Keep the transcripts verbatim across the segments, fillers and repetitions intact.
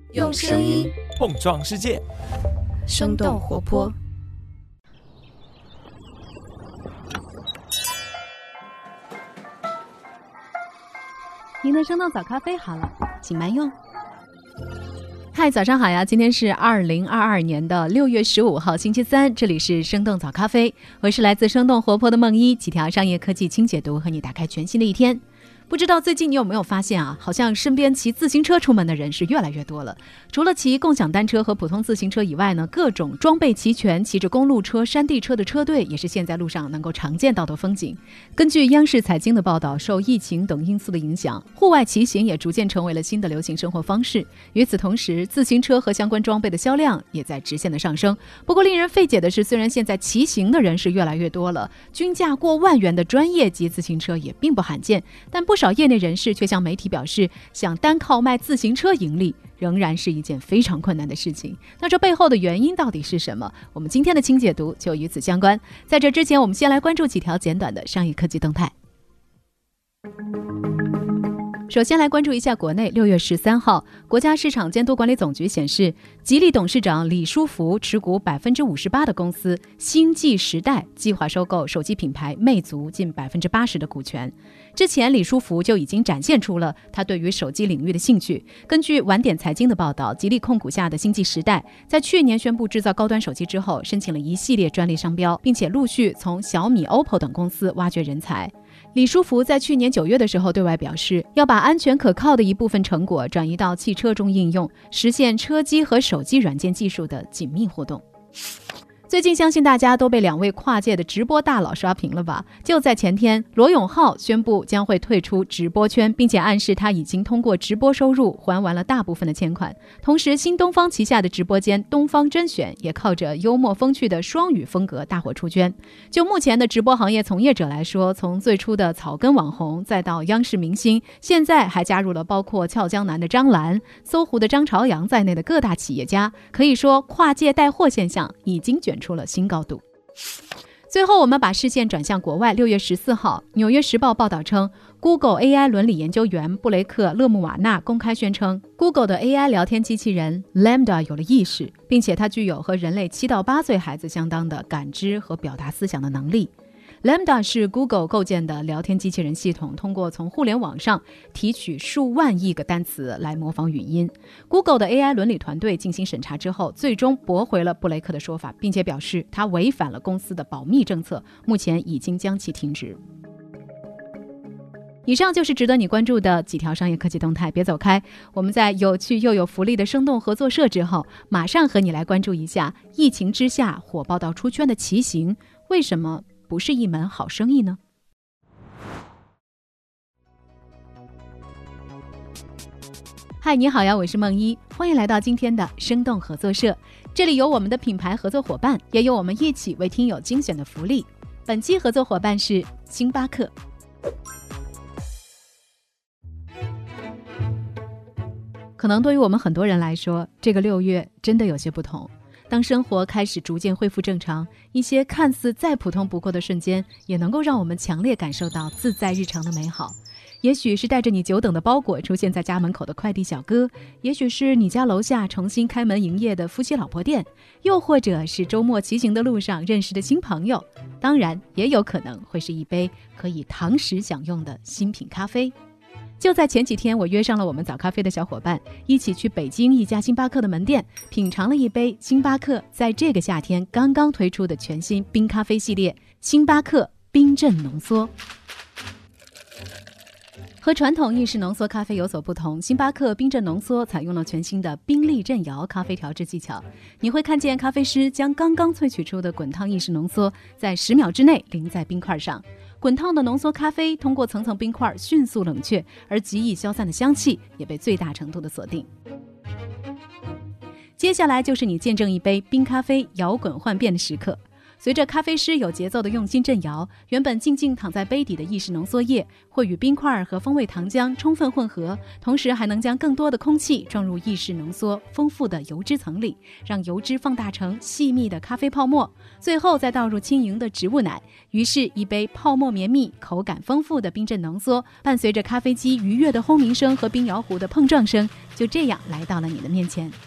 用声音碰撞世界， 生动活泼。 您的生动早咖啡好了，请慢用。嗨，早上好呀！今天是二零二二年的六月十五号，星期三，这里是生动早咖啡，我是来自生动活泼的梦一，几条商业科技轻解读，和你打开全新的一天。不知道最近你有没有发现啊，好像身边骑自行车出门的人是越来越多了。除了骑共享单车和普通自行车以外呢，各种装备齐全、骑着公路车、山地车的车队也是现在路上能够常见到的风景。根据央视财经的报道，受疫情等因素的影响，户外骑行也逐渐成为了新的流行生活方式。与此同时，自行车和相关装备的销量也在直线的上升。不过令人费解的是，虽然现在骑行的人是越来越多了，均价过万元的专业级自行车也并不罕见，但不少业内人士却向媒体表示，想单靠卖自行车盈利仍然是一件非常困难的事情。那这背后的原因到底是什么？我们今天的轻解读就与此相关。在这之前，我们先来关注几条简短的商业科技动态。首先来关注一下国内。六月十三号，国家市场监督管理总局显示，吉利董事长李书福持股百分之五十八的公司星际时代计划收购手机品牌魅族近百分之八十的股权。之前李书福就已经展现出了他对于手机领域的兴趣。根据晚点财经的报道，吉利控股下的星际时代在去年宣布制造高端手机之后，申请了一系列专利商标，并且陆续从小米、O P P O 等公司挖掘人才。李书福在去年九月的时候对外表示，要把安全可靠的一部分成果转移到汽车中应用，实现车机和手机软件技术的紧密互动。最近相信大家都被两位跨界的直播大佬刷屏了吧？就在前天，罗永浩宣布将会退出直播圈，并且暗示他已经通过直播收入还完了大部分的欠款。同时，新东方旗下的直播间东方甄选也靠着幽默风趣的双语风格大火出圈。就目前的直播行业从业者来说，从最初的草根网红，再到央视明星，现在还加入了包括俏江南的张兰、搜狐的张朝阳在内的各大企业家，可以说跨界带货现象已经卷出了新高度。最后我们把视线转向国外。六月十四号，纽约时报报道称， Google A I 伦理研究员布雷克·勒姆瓦纳公开宣称， Google 的 A I 聊天机器人 Lambda 有了意识，并且它具有和人类七到八岁孩子相当的感知和表达思想的能力。Lambda 是 Google 构建的聊天机器人系统，通过从互联网上提取数万亿个单词来模仿语音。Google 的 A I 伦理团队进行审查之后，最终驳回了布雷克的说法，并且表示他违反了公司的保密政策，目前已经将其停职。以上就是值得你关注的几条商业科技动态，别走开。我们在有趣又有福利的生动合作社之后，马上和你来关注一下疫情之下火爆到出圈的骑行，为什么不是一门好生意呢？嗨，你好呀，我是梦一，欢迎来到今天的生动合作社。这里有我们的品牌合作伙伴，也有我们一起为听友精选的福利。本期合作伙伴是星巴克。可能对于我们很多人来说，这个六月真的有些不同。当生活开始逐渐恢复正常，一些看似再普通不过的瞬间，也能够让我们强烈感受到自在日常的美好。也许是带着你久等的包裹出现在家门口的快递小哥，也许是你家楼下重新开门营业的夫妻老婆店，又或者是周末骑行的路上认识的新朋友，当然也有可能会是一杯可以堂食享用的新品咖啡。就在前几天，我约上了我们早咖啡的小伙伴，一起去北京一家星巴克的门店，品尝了一杯星巴克在这个夏天刚刚推出的全新冰咖啡系列——星巴克冰镇浓缩。和传统意式浓缩咖啡有所不同，星巴克冰镇浓缩采用了全新的冰力震摇咖啡调制技巧。你会看见咖啡师将刚刚萃取出的滚烫意式浓缩在十秒之内淋在冰块上，滚烫的浓缩咖啡通过层层冰块迅速冷却，而极易消散的香气也被最大程度的锁定。接下来就是你见证一杯冰咖啡摇滚幻变的时刻。 随着咖啡师有节奏的用心震摇，原本静静躺在杯底的意式浓缩液会与冰块和风味糖浆充分混合，同时还能将更多的空气装入意式浓缩丰富的油脂层里，让油脂放大成细密的咖啡泡沫，最后再倒入轻盈的植物奶，于是一杯泡沫绵密、口感丰富的冰镇浓缩，伴随着咖啡机愉悦的轰鸣声和冰摇壶的碰撞声，就这样来到了你的面前。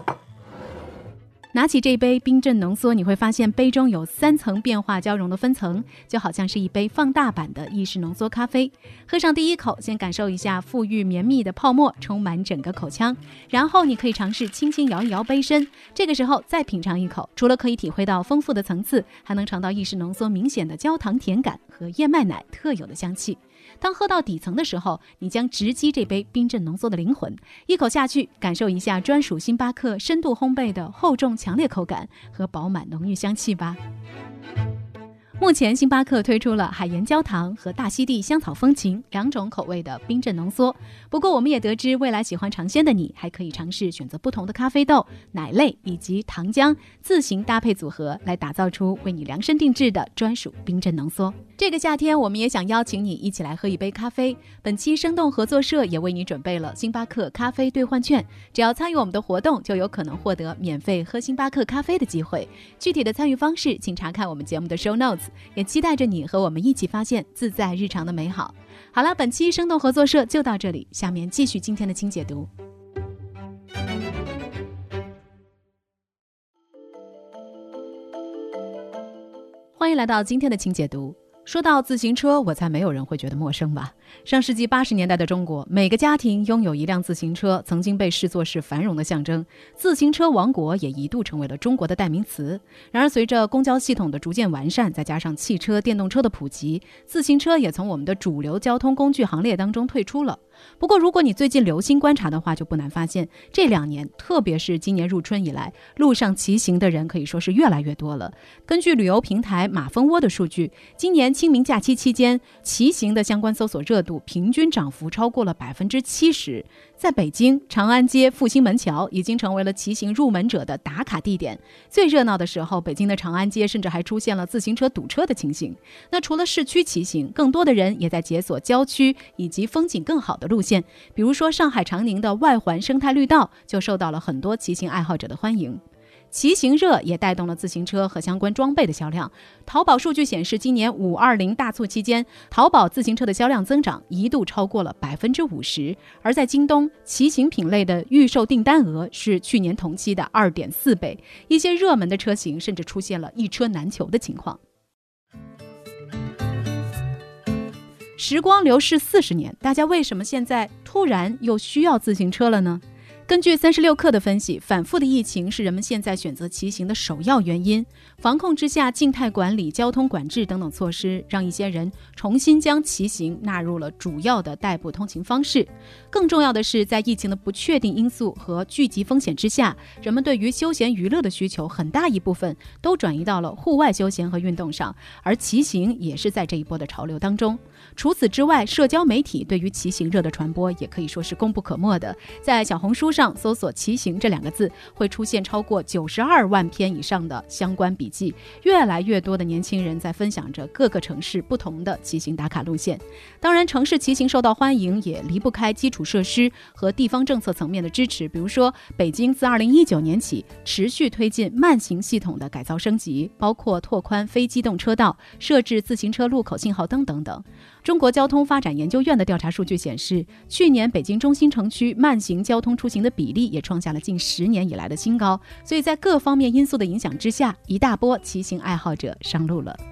拿起这杯冰镇浓缩，你会发现杯中有三层变化交融的分层，就好像是一杯放大版的意式浓缩咖啡。喝上第一口，先感受一下馥郁绵密的泡沫充满整个口腔，然后你可以尝试轻轻摇一摇杯身，这个时候再品尝一口，除了可以体会到丰富的层次，还能尝到意式浓缩明显的焦糖甜感和燕麦奶特有的香气。当喝到底层的时候，你将直击这杯冰镇浓缩的灵魂，一口下去，感受一下专属星巴克深度烘焙的厚重强烈口感和饱满浓郁香气吧。目前星巴克推出了海盐焦糖和大溪地香草风情两种口味的冰镇浓缩，不过我们也得知，未来喜欢尝鲜的你还可以尝试选择不同的咖啡豆、奶类以及糖浆，自行搭配组合来打造出为你量身定制的专属冰镇浓缩。这个夏天我们也想邀请你一起来喝一杯咖啡，本期生动合作社也为你准备了星巴克咖啡兑换券，只要参与我们的活动，就有可能获得免费喝星巴克咖啡的机会。具体的参与方式请查看我们节目的 show notes， 也期待着你和我们一起发现自在日常的美好。好了，本期生动合作社就到这里，下面继续今天的轻解读。欢迎来到今天的轻解读。说到自行车，我猜没有人会觉得陌生吧。上世纪八十年代的中国，每个家庭拥有一辆自行车曾经被视作是繁荣的象征，自行车王国也一度成为了中国的代名词。然而随着公交系统的逐渐完善，再加上汽车、电动车的普及，自行车也从我们的主流交通工具行列当中退出了。不过如果你最近留心观察的话，就不难发现，这两年特别是今年入春以来，路上骑行的人可以说是越来越多了。根据旅游平台马蜂窝的数据，今年清明假期期间，骑行的相关搜索热度平均涨幅超过了百分之七十。在北京，长安街、复兴门桥已经成为了骑行入门者的打卡地点。最热闹的时候，北京的长安街甚至还出现了自行车堵车的情形。那除了市区骑行，更多的人也在解锁郊区以及风景更好的路线，比如说上海长宁的外环生态绿道就受到了很多骑行爱好者的欢迎。骑行热也带动了自行车和相关装备的销量。淘宝数据显示，今年五二零大促期间，淘宝自行车的销量增长一度超过了百分之五十，而在京东，骑行品类的预售订单额是去年同期的二点四倍，一些热门的车型甚至出现了一车难求的情况。时光流逝四十年，大家为什么现在突然又需要自行车了呢？根据三十六氪的分析，反复的疫情是人们现在选择骑行的首要原因。防控之下，静态管理、交通管制等等措施，让一些人重新将骑行纳入了主要的代步通勤方式。更重要的是，在疫情的不确定因素和聚集风险之下，人们对于休闲娱乐的需求很大一部分都转移到了户外休闲和运动上，而骑行也是在这一波的潮流当中。除此之外，社交媒体对于骑行热的传播也可以说是功不可没的。在小红书上搜索骑行这两个字，会出现超过九十二万篇以上的相关笔记，越来越多的年轻人在分享着各个城市不同的骑行打卡路线。当然，城市骑行受到欢迎也离不开基础设施和地方政策层面的支持，比如说北京自二零一九年起持续推进慢行系统的改造升级，包括拓宽非机动车道、设置自行车路口信号灯等等。中国交通发展研究院的调查数据显示，去年北京中心城区慢行交通出行的比例也创下了近十年以来的新高，所以在各方面因素的影响之下，一大波骑行爱好者上路了。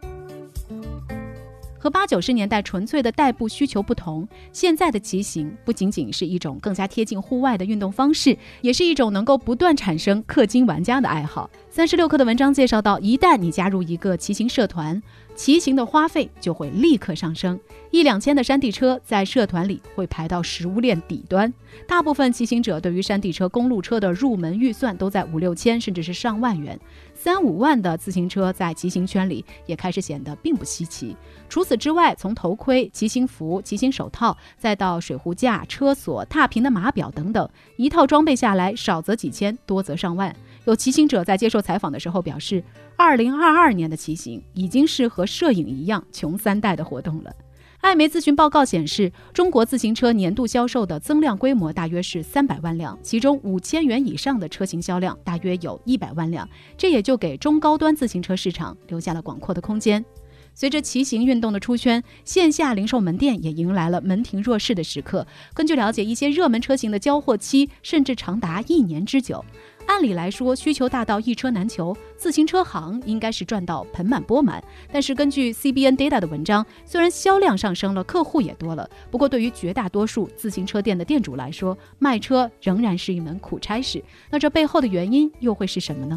和八九十年代纯粹的代步需求不同，现在的骑行不仅仅是一种更加贴近户外的运动方式，也是一种能够不断产生氪金玩家的爱好。三十六氪的文章介绍到，一旦你加入一个骑行社团，骑行的花费就会立刻上升，一两千的山地车在社团里会排到食物链底端。大部分骑行者对于山地车、公路车的入门预算都在五六千甚至是上万元，三五万的自行车在骑行圈里也开始显得并不稀奇。除此之外，从头盔、骑行服、骑行手套，再到水壶架、车锁、踏频的码表等等，一套装备下来，少则几千，多则上万。 有骑行者在接受采访的时候表示，二零二二年的骑行已经是和摄影一样穷三代的活动了。艾媒咨询报告显示，中国自行车年度销售的增量规模大约是三百万辆，其中五千元以上的车型销量大约有一百万辆，这也就给中高端自行车市场留下了广阔的空间。随着骑行运动的出圈，线下零售门店也迎来了门庭若市的时刻。根据了解，一些热门车型的交货期甚至长达一年之久。按理来说，需求大到一车难求，自行车行应该是赚到盆满钵满。但是根据 C B N Data 的文章，虽然销量上升了，客户也多了，不过对于绝大多数自行车店的店主来说，卖车仍然是一门苦差事。那这背后的原因又会是什么呢？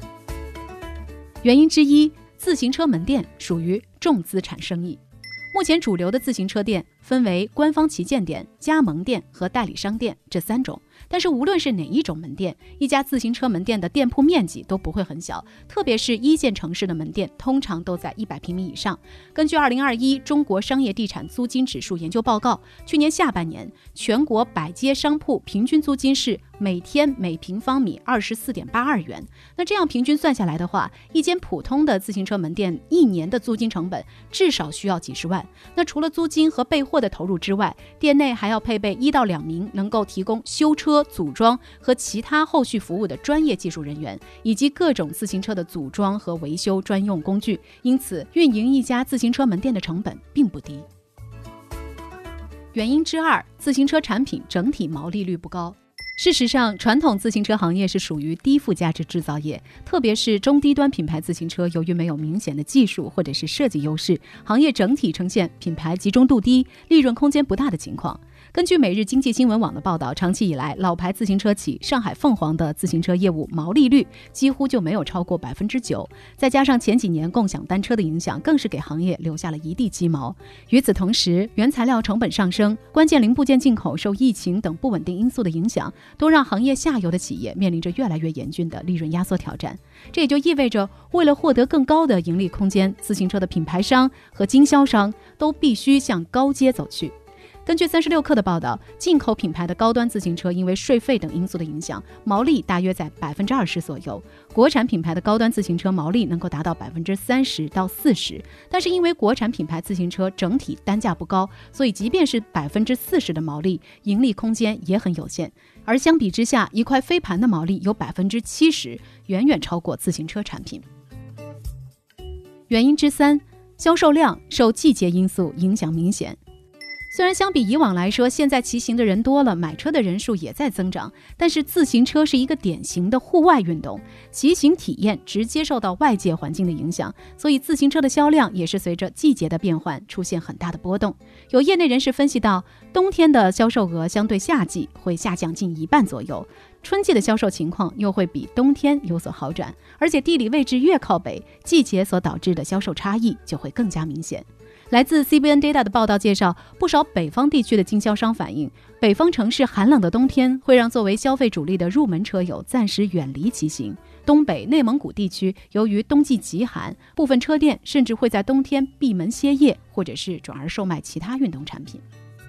原因之一，自行车门店属于重资产生意。目前主流的自行车店分为官方旗舰店、加盟店和代理商店这三种。但是无论是哪一种门店，一家自行车门店的店铺面积都不会很小，特别是一线城市的门店通常都在一百平米以上。根据二零二一中国商业地产租金指数研究报告，去年下半年全国百街商铺平均租金是每天每平方米 二十四点八二元。那这样平均算下来的话，一间普通的自行车门店一年的租金成本至少需要几十万。那除了租金和备货的投入之外，店内还要配备一到两名能够提供修车、组装和其他后续服务的专业技术人员，以及各种自行车的组装和维修专用工具。因此，运营一家自行车门店的成本并不低。原因之二，自行车产品整体毛利率不高。事实上，传统自行车行业是属于低附加值制造业，特别是中低端品牌自行车，由于没有明显的技术或者是设计优势，行业整体呈现品牌集中度低、利润空间不大的情况。根据每日经济新闻网的报道，长期以来，老牌自行车企上海凤凰的自行车业务毛利率几乎就没有超过百分之九，再加上前几年共享单车的影响，更是给行业留下了一地鸡毛。与此同时，原材料成本上升、关键零部件进口受疫情等不稳定因素的影响，都让行业下游的企业面临着越来越严峻的利润压缩挑战。这也就意味着，为了获得更高的盈利空间，自行车的品牌商和经销商都必须向高阶走去。根据三十六氪的报道，进口品牌的高端自行车因为税费等因素的影响，毛利大约在百分之二十左右；国产品牌的高端自行车毛利能够达到百分之三十到四十。但是因为国产品牌自行车整体单价不高，所以即便是百分之四十的毛利，盈利空间也很有限。而相比之下，一块飞盘的毛利有百分之七十，远远超过自行车产品。原因之三，销售量受季节因素影响明显。虽然相比以往来说，现在骑行的人多了，买车的人数也在增长，但是自行车是一个典型的户外运动，骑行体验直接受到外界环境的影响，所以自行车的销量也是随着季节的变换出现很大的波动。有业内人士分析到，冬天的销售额相对夏季会下降近一半左右，春季的销售情况又会比冬天有所好转，而且地理位置越靠北，季节所导致的销售差异就会更加明显。来自 C B N Data 的报道介绍，不少北方地区的经销商反映，北方城市寒冷的冬天会让作为消费主力的入门车友暂时远离骑行。东北、内蒙古地区由于冬季极寒，部分车店甚至会在冬天闭门歇业，或者是转而售卖其他运动产品。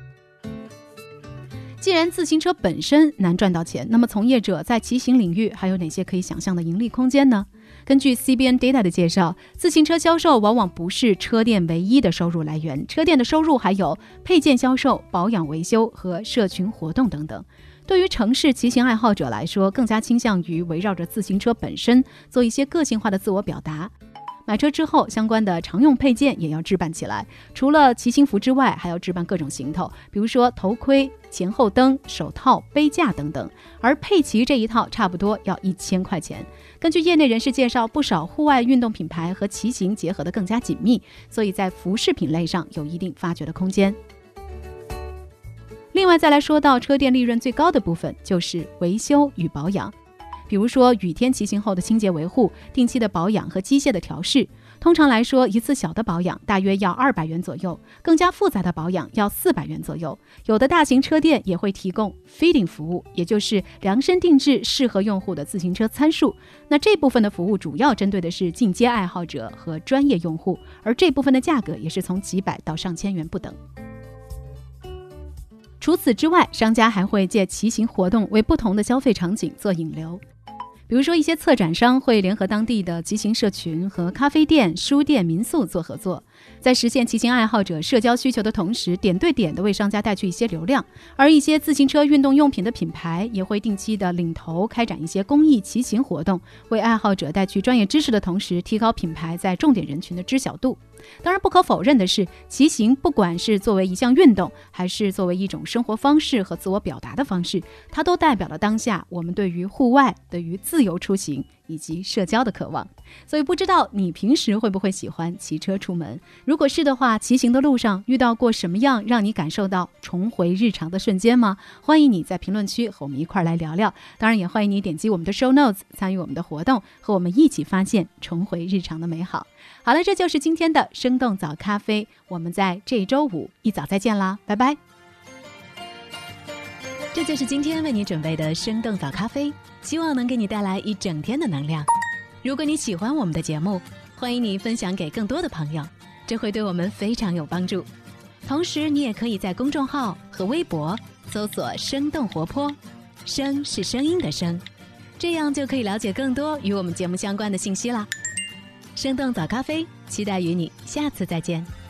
既然自行车本身难赚到钱，那么从业者在骑行领域还有哪些可以想象的盈利空间呢？根据 C B N Data 的介绍，自行车销售往往不是车店唯一的收入来源，车店的收入还有配件销售、保养维修和社群活动等等。对于城市骑行爱好者来说，更加倾向于围绕着自行车本身做一些个性化的自我表达。买车之后，相关的常用配件也要置办起来，除了骑行服之外，还要置办各种行头，比如说头盔、前后灯、手套、杯架等等。而配齐这一套差不多要一千块钱。根据业内人士介绍，不少户外运动品牌和骑行结合得更加紧密，所以在服饰品类上有一定发掘的空间。另外再来说到车店利润最高的部分，就是维修与保养。比如说雨天骑行后的清洁维护、定期的保养和机械的调试。通常来说，一次小的保养大约要二百元左右，更加复杂的保养要四百元左右。有的大型车店也会提供 fitting 服务，也就是量身定制适合用户的自行车参数。那这部分的服务主要针对的是进阶爱好者和专业用户，而这部分的价格也是从几百到上千元不等。除此之外，商家还会借骑行活动为不同的消费场景做引流。 比如说一些策展商会联合当地的骑行社群和咖啡店、书店、民宿做合作，在实现骑行爱好者社交需求的同时，点对点的为商家带去一些流量。而一些自行车运动用品的品牌也会定期的领头开展一些公益骑行活动，为爱好者带去专业知识的同时，提高品牌在重点人群的知晓度。当然不可否认的是，骑行不管是作为一项运动，还是作为一种生活方式和自我表达的方式，它都代表了当下我们对于户外、对于自由出行以及社交的渴望。所以不知道你平时会不会喜欢骑车出门？如果是的话，骑行的路上遇到过什么样让你感受到重回日常的瞬间吗？欢迎你在评论区和我们一块来聊聊。当然也欢迎你点击我们的 show notes 参与我们的活动，和我们一起发现重回日常的美好。好了，这就是今天的生动早咖啡，我们在这周五一早再见啦，拜拜。这就是今天为你准备的生动早咖啡，希望能给你带来一整天的能量。如果你喜欢我们的节目，欢迎你分享给更多的朋友，这会对我们非常有帮助。同时你也可以在公众号和微博搜索生动活泼，声是声音的声，这样就可以了解更多与我们节目相关的信息啦。生动早咖啡，期待与你下次再见。